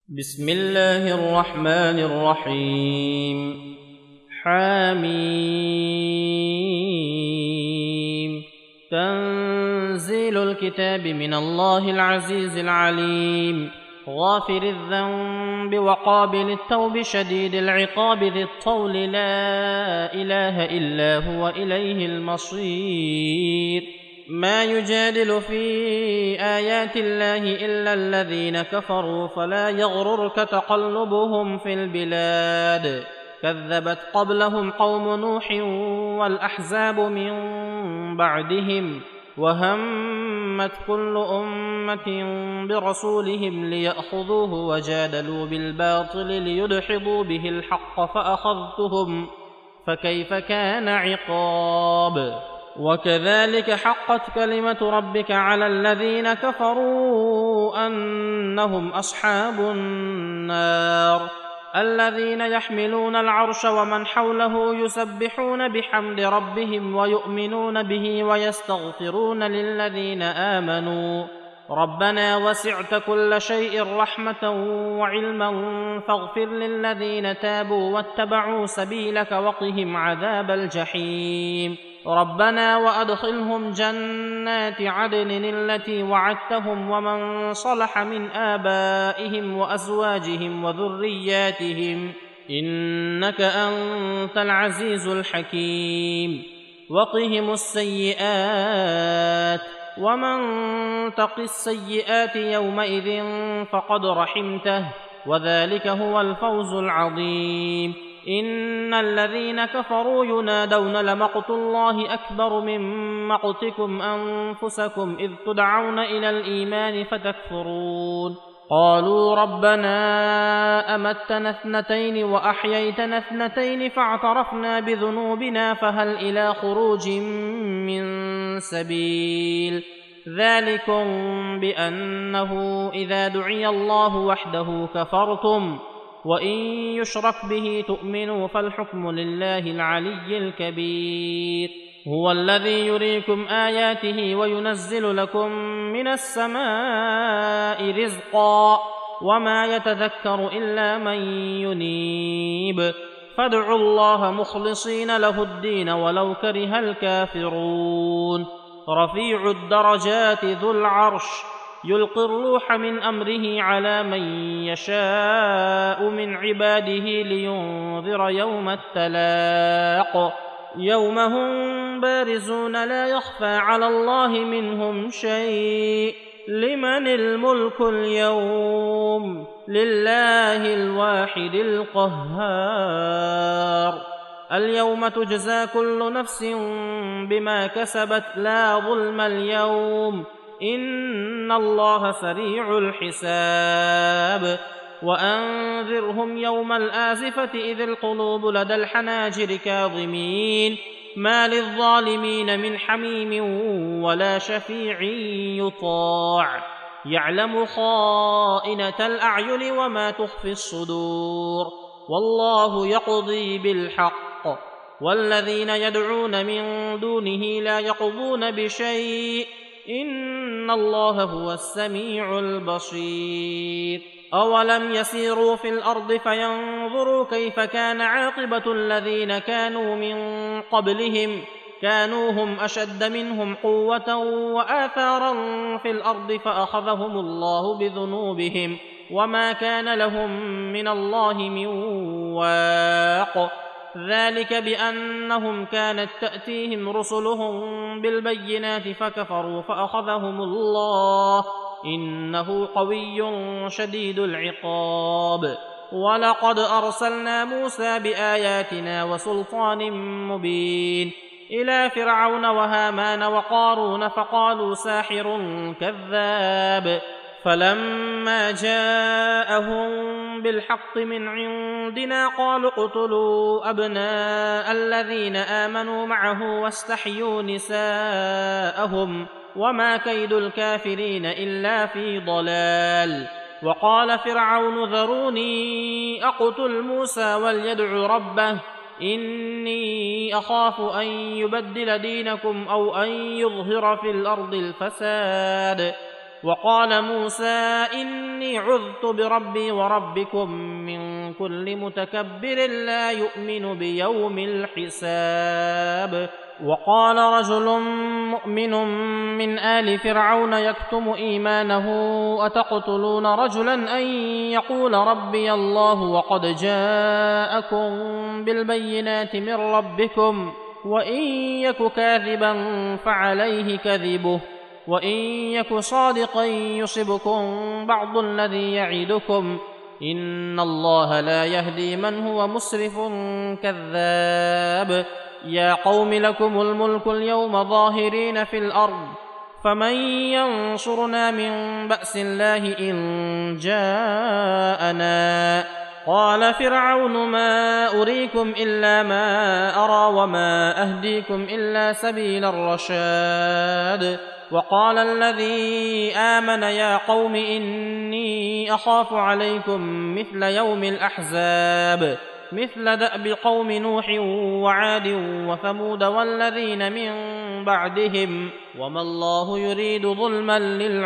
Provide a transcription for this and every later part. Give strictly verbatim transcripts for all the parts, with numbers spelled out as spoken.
بسم الله الرحمن الرحيم حميم تنزيل الكتاب من الله العزيز العليم غافر الذنب وقابل التوب شديد العقاب ذي الطول لا إله إلا هو إليه المصير ما يجادل في آيات الله إلا الذين كفروا فلا يغررك تقلبهم في البلاد كذبت قبلهم قوم نوح والأحزاب من بعدهم وهمت كل أمة برسولهم ليأخذوه وجادلوا بالباطل ليدحضوا به الحق فأخذتهم فكيف كان عقاب وكذلك حقت كلمة ربك على الذين كفروا أنهم أصحاب النار الذين يحملون العرش ومن حوله يسبحون بحمد ربهم ويؤمنون به ويستغفرون للذين آمنوا ربنا وسعت كل شيء رحمة وعلما فاغفر للذين تابوا واتبعوا سبيلك وقهم عذاب الجحيم ربنا وأدخلهم جنات عدن التي وعدتهم ومن صلح من آبائهم وأزواجهم وذرياتهم إنك أنت العزيز الحكيم وقهم السيئات ومن تق السيئات يومئذ فقد رحمته وذلك هو الفوز العظيم إن الذين كفروا ينادون لمقت الله أكبر من مقتكم أنفسكم إذ تدعون إلى الإيمان فتكفرون قالوا ربنا أمتنا اثنتين وأحييتنا اثنتين فاعترفنا بذنوبنا فهل إلى خروج من سبيل ذلكم بأنه إذا دعي الله وحده كفرتم وإن يشرك به تؤمنوا فالحكم لله العلي الكبير هو الذي يريكم آياته وينزل لكم من السماء رزقا وما يتذكر إلا من ينيب فادعوا الله مخلصين له الدين ولو كره الكافرون رفيع الدرجات ذو العرش يلقي الروح من أمره على من يشاء من عباده لينذر يوم التلاق يوم هم بارزون لا يخفى على الله منهم شيء لمن الملك اليوم لله الواحد القهار اليوم تجزى كل نفس بما كسبت لا ظلم اليوم إن الله سريع الحساب وأنذرهم يوم الآزفة إذ القلوب لدى الحناجر كاظمين ما للظالمين من حميم ولا شفيع يطاع يعلم خائنة الأعين وما تخفي الصدور والله يقضي بالحق والذين يدعون من دونه لا يقضون بشيء إن الله هو السميع البصير أولم يسيروا في الأرض فينظروا كيف كان عاقبة الذين كانوا من قبلهم كانوا هم أشد منهم قوة وآثارا في الأرض فأخذهم الله بذنوبهم وما كان لهم من الله من واق ذلك بأنهم كانت تأتيهم رسلهم بالبينات فكفروا فأخذهم الله إنه قوي شديد العقاب ولقد أرسلنا موسى بآياتنا وسلطان مبين إلى فرعون وهامان وقارون فقالوا ساحر كذاب فلما جاءهم بالحق من عندنا قالوا اقتلوا أبناء الذين آمنوا معه واستحيوا نساءهم وما كيد الكافرين إلا في ضلال وقال فرعون ذروني أقتل موسى وليدع ربه إني أخاف أن يبدل دينكم أو أن يظهر في الأرض الفساد وقال موسى إني عذت بربي وربكم من كل متكبر لا يؤمن بيوم الحساب. وقال رجل مؤمن من آل فرعون يكتم إيمانه أتقتلون رجلا أن يقول ربي الله وقد جاءكم بالبينات من ربكم وإن يك كاذبا فعليه كذبه وإن يك صادقا يصبكم بعض الذي يعدكم إن الله لا يهدي من هو مسرف كذاب. يا قوم لكم الملك اليوم ظاهرين في الأرض فمن ينصرنا من بأس الله إن جاءنا. قال فرعون ما أريكم إلا ما أرى وما أهديكم إلا سبيل الرشاد. وقال الذي آمن يا قوم إني أخاف عليكم مثل يوم الأحزاب مثل دأب قوم نوح وعاد وثمود والذين من بعدهم وما الله يريد ظلما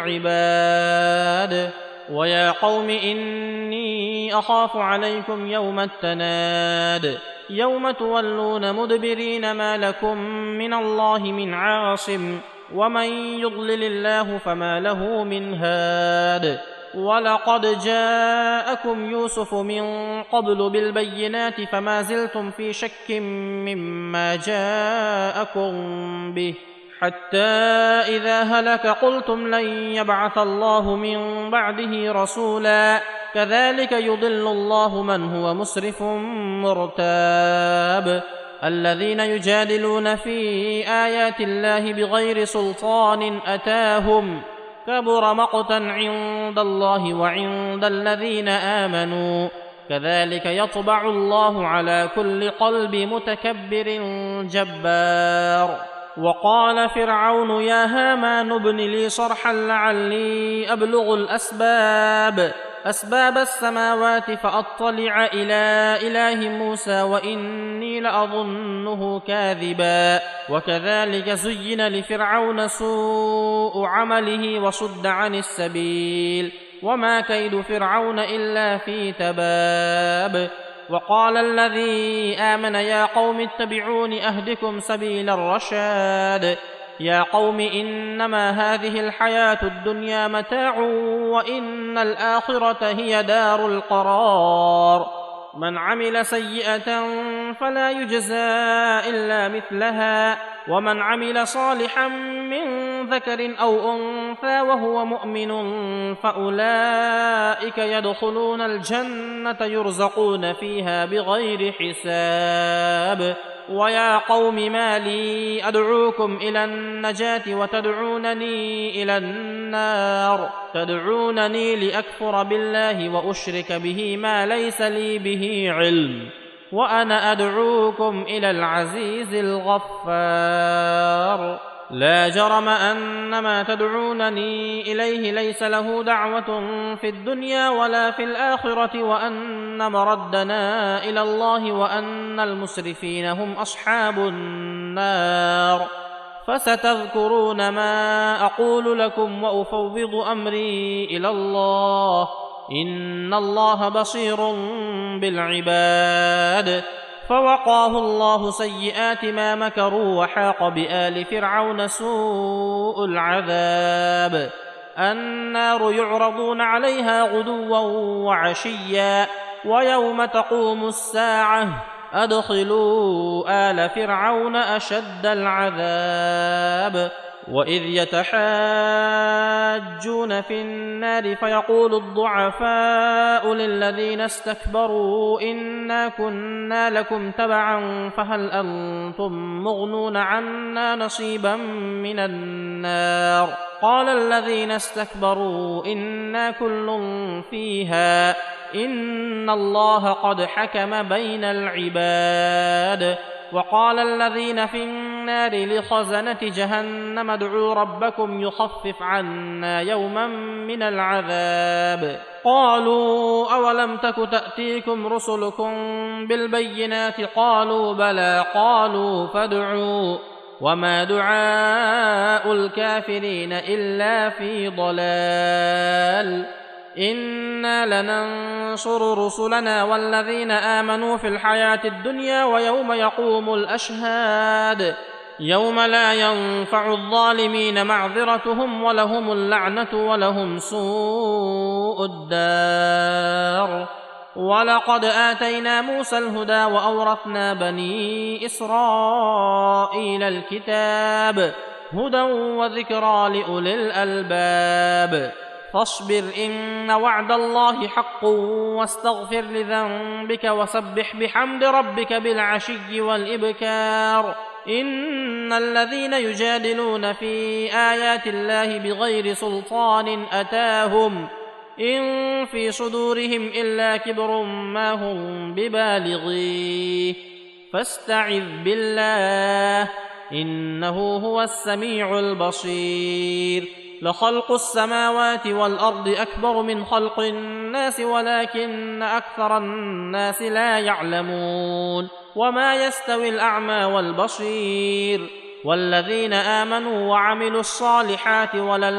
للعباد. ويا قوم إني أخاف عليكم يوم التناد يوم تولون مدبرين ما لكم من الله من عاصم ومن يضلل الله فما له من هاد. ولقد جاءكم يوسف من قبل بالبينات فما زلتم في شك مما جاءكم به حتى إذا هلك قلتم لن يبعث الله من بعده رسولا كذلك يضل الله من هو مسرف مرتاب. الذين يجادلون في آيات الله بغير سلطان أتاهم كبر مقتا عند الله وعند الذين آمنوا كذلك يطبع الله على كل قلب متكبر جبار. وقال فرعون يا هامان ابن لي صرحا لعلي أبلغ الأسباب أسباب السماوات فأطلع إلى إله موسى وإني لأظنه كاذبا. وكذلك زين لفرعون سوء عمله وصد عن السبيل وما كيد فرعون إلا في تباب. وقال الذي آمن يا قوم اتبعون أهدكم سبيل الرشاد. يا قوم إنما هذه الحياة الدنيا متاع وإن الآخرة هي دار القرار. من عمل سيئة فلا يجزى إلا مثلها ومن عمل صالحا من ذكر أو أنثى وهو مؤمن فأولئك يدخلون الجنة يرزقون فيها بغير حساب. ويا قوم ما لي أدعوكم إلى النجاة وتدعونني إلى النار تدعونني لأكفر بالله وأشرك به ما ليس لي به علم وأنا أدعوكم إلى العزيز الغفار. لا جرم أن ما تدعونني إليه ليس له دعوة في الدنيا ولا في الآخرة وأن مردنا إلى الله وأن المسرفين هم أصحاب النار. فستذكرون ما أقول لكم وأفوض أمري إلى الله إن الله بصير بالعباد. فوقاه الله سيئات ما مكروا وحاق بآل فرعون سوء العذاب. النار يعرضون عليها غدوا وعشيا ويوم تقوم الساعة أدخلوا آل فرعون أشد العذاب. وإذ يتحاجون في النار فيقول الضعفاء للذين استكبروا إنا كنا لكم تبعا فهل أنتم مغنون عنا نصيبا من النار. قال الذين استكبروا إنا كل فيها إن الله قد حكم بين العباد. وقال الذين في النار لخزنة جهنم ادعوا ربكم يخفف عنا يوما من العذاب. قالوا أولم تك تأتيكم رسلكم بالبينات قالوا بلى قالوا فادعوا وما دعاء الكافرين إلا في ضلال إنا لننصر رسلنا والذين آمنوا في الحياة الدنيا ويوم يقوم الأشهاد يوم لا ينفع الظالمين معذرتهم ولهم اللعنة ولهم سوء الدار ولقد آتينا موسى الهدى وأورثنا بني إسرائيل الكتاب هدى وذكرى لأولي الألباب فاصبر إن وعد الله حق واستغفر لذنبك وسبح بحمد ربك بالعشي والإبكار إن الذين يجادلون في آيات الله بغير سلطان أتاهم إن في صدورهم إلا كبر ما هم ببالغيه فاستعذ بالله إنه هو السميع البصير لخلق السماوات والأرض أكبر من خلق الناس ولكن أكثر الناس لا يعلمون وما يستوي الأعمى والبصير والذين آمنوا وعملوا الصالحات ولا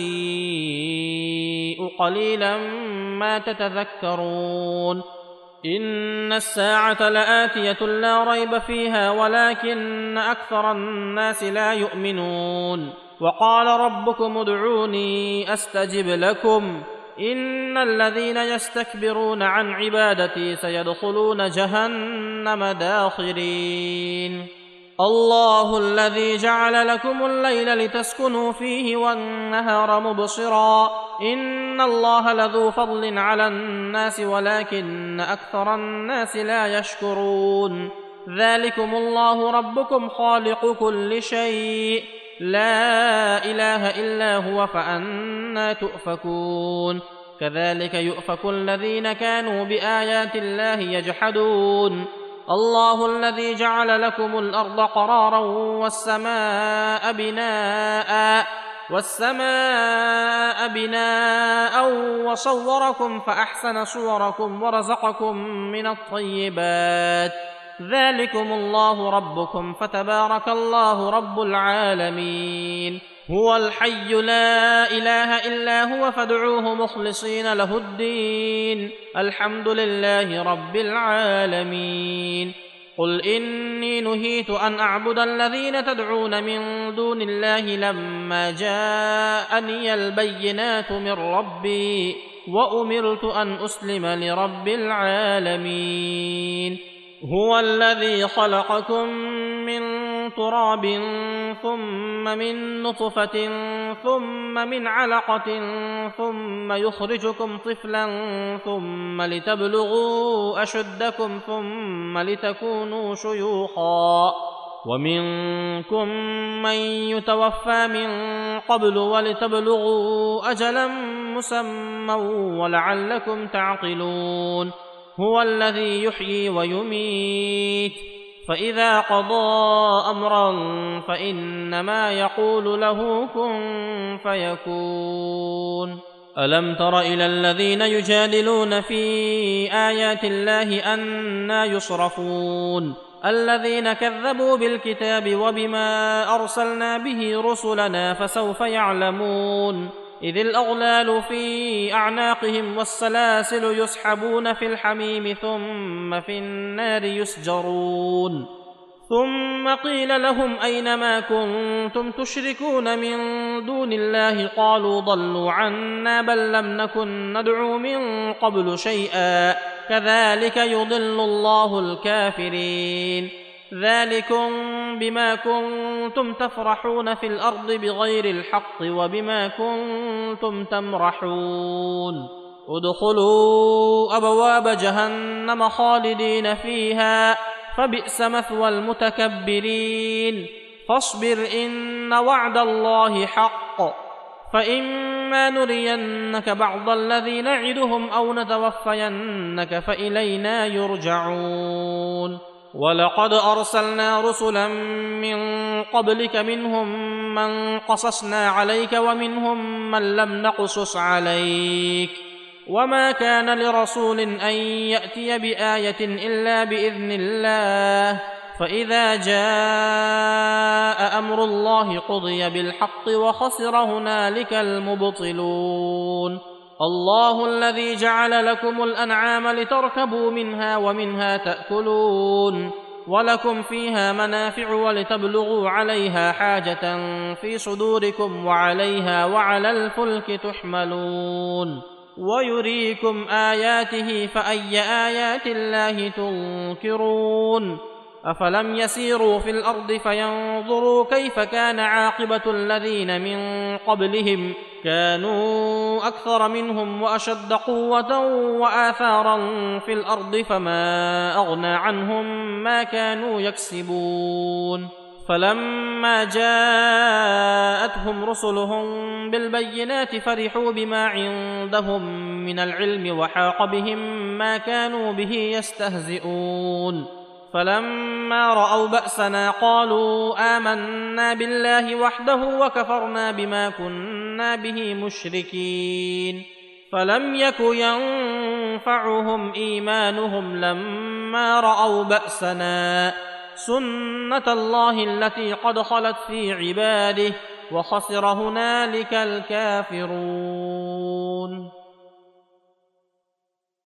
المسيء قليلا ما تتذكرون إن الساعة لآتية لا ريب فيها ولكن أكثر الناس لا يؤمنون وقال ربكم ادعوني أستجب لكم إن الذين يستكبرون عن عبادتي سيدخلون جهنم داخرين الله الذي جعل لكم الليل لتسكنوا فيه والنهار مبصرا إن الله لذو فضل على الناس ولكن أكثر الناس لا يشكرون ذلكم الله ربكم خالق كل شيء لا إله إلا هو فأنى تؤفكون كذلك يؤفك الذين كانوا بآيات الله يجحدون الله الذي جعل لكم الأرض قرارا والسماء بناء والسماء بناء وصوركم فأحسن صوركم ورزقكم من الطيبات ذلكم الله ربكم فتبارك الله رب العالمين هو الحي لا إله إلا هو فادعوه مخلصين له الدين الحمد لله رب العالمين قل إني نهيت أن أعبد الذين تدعون من دون الله لما جاءني البينات من ربي وأمرت أن أسلم لرب العالمين هو الذي خلقكم من تراب ثم من نطفة ثم من علقة ثم يخرجكم طفلا ثم لتبلغوا أشدكم ثم لتكونوا شيوخا ومنكم من يتوفى من قبل ولتبلغوا أجلا مسمى ولعلكم تعقلون هو الذي يحيي ويميت فإذا قضى أمرا فإنما يقول له كن فيكون ألم تر إلى الذين يجادلون في آيات الله أنى يصرفون الذين كذبوا بالكتاب وبما أرسلنا به رسلنا فسوف يعلمون إذ الأغلال في أعناقهم والسلاسل يسحبون في الحميم ثم في النار يسجرون ثم قيل لهم أين ما كنتم تشركون من دون الله قالوا ضلوا عنا بل لم نكن ندعو من قبل شيئا كذلك يضل الله الكافرين ذلكم بما كنتم تفرحون في الأرض بغير الحق وبما كنتم تمرحون ادخلوا أبواب جهنم خالدين فيها فبئس مثوى المتكبرين فاصبر إن وعد الله حق فإما نرينك بعض الذي نعدهم أو نتوفينك فإلينا يرجعون ولقد أرسلنا رسلا من قبلك منهم من قصصنا عليك ومنهم من لم نقصص عليك وما كان لرسول أن يأتي بآية إلا بإذن الله فإذا جاء أمر الله قضي بالحق وخسر هنالك المبطلون. الله الذي جعل لكم الأنعام لتركبوا منها ومنها تأكلون ولكم فيها منافع ولتبلغوا عليها حاجة في صدوركم وعليها وعلى الفلك تحملون ويريكم آياته فأي آيات الله تنكرون. أفلم يسيروا في الأرض فينظروا كيف كان عاقبة الذين من قبلهم كانوا أكثر منهم وأشد قوة وآثارا في الأرض فما أغنى عنهم ما كانوا يكسبون. فلما جاءتهم رسلهم بالبينات فرحوا بما عندهم من العلم وحاق بهم ما كانوا به يستهزئون. فلما رأوا بأسنا قالوا آمنا بالله وحده وكفرنا بما كنا به مشركين. فلم يك ينفعهم إيمانهم لما رأوا بأسنا سنة الله التي قد خلت في عباده وخسر هنالك الكافرون.